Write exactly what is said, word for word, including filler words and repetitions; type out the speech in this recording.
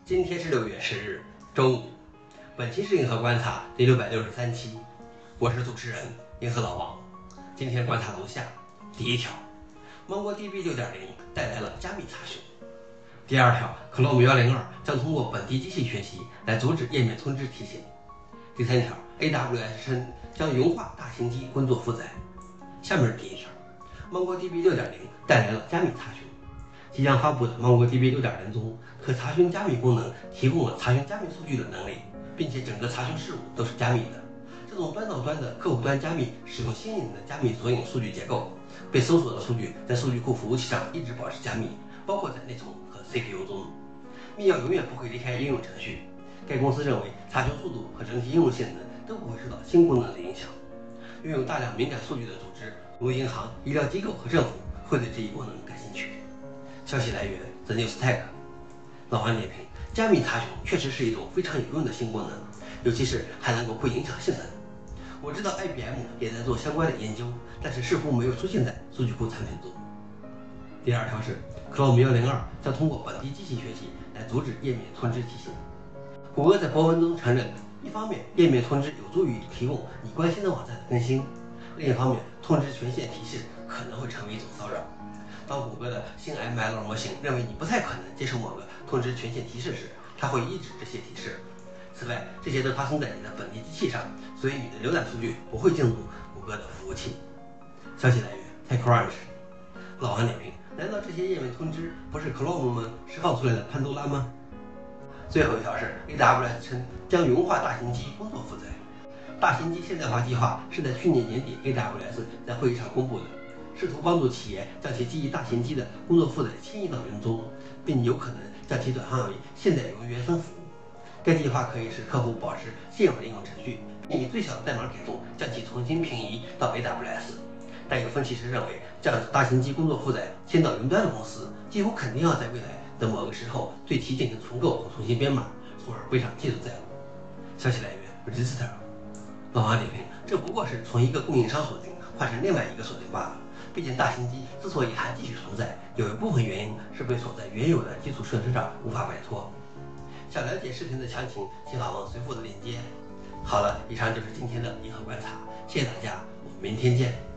今天是六月十日，周五。本期是银河观察第六百六十三期，我是主持人银河老王。今天观察如下：第一条 ，MongoDB 六点零 带来了加密查询；第二条 ，Chrome 幺零二将通过本地机器学习来阻止页面通知提醒；第三条 ，A W S 称将优化大型机工作负载。下面是第一条 ，MongoDB 六点零 带来了加密查询。即将发布的 MongoDB 六点零 中，可查询加密功能提供了查询加密数据的能力，并且整个查询事务都是加密的。这种端到端的客户端加密使用新颖的加密索引数据结构，被搜索的数据在数据库服务器上一直保持加密，包括在内存和 C P U 中。密钥永远不会离开应用程序。该公司认为查询速度和整体应用性能都不会受到新功能的影响。拥有大量敏感数据的组织，如银行、医疗机构和政府，会对这一功能感兴趣。消息来源 The Newstek。老王点评：加密查询确实是一种非常有用的新功能，尤其是还能够不影响性能。我知道 I B M 也在做相关的研究，但是似乎没有出现在数据库产品中。第二条是 Chrome 幺零二将通过本地机器学习来阻止页面通知提醒。谷歌在博文中承认，一方面页面通知有助于提供你关心的网站的更新，另一方面通知权限提示可能会成为一种骚扰。当谷歌的新 M L 模型认为你不太可能接受某个通知权限提示时，它会抑制这些提示。此外，这些都发生在你的本地机器上，所以你的浏览数据不会进入谷歌的服务器。消息来源 TechCrunch。老王点评：难道这些页面通知不是 Chrome 们释放出来的潘多拉吗？最后一条是 A W S 称将优化大型机工作负载。大型机现代化计划是在去年年底 A W S 在会议上公布的。试图帮助企业将其基于大型机的工作负载迁移到云中，并有可能将其转换为现代云原生服务。该计划可以使客户保持现有的应用程序，并以最小的代码给重将其重新平移到 A W S。但有分析师认为，将大型机工作负载迁到云端的公司，几乎肯定要在未来的某个时候对其进行重构或重新编码，从而背上技术债务。消息来源 Register。老王点评：这不过是从一个供应商锁定换成另外一个锁定罢了。毕竟大型机之所以还继续存在，有一部分原因是被锁在原有的基础设施上无法摆脱。想了解视频的详情，请访问随附的链接。好了，以上就是今天的银河观察，谢谢大家，我们明天见。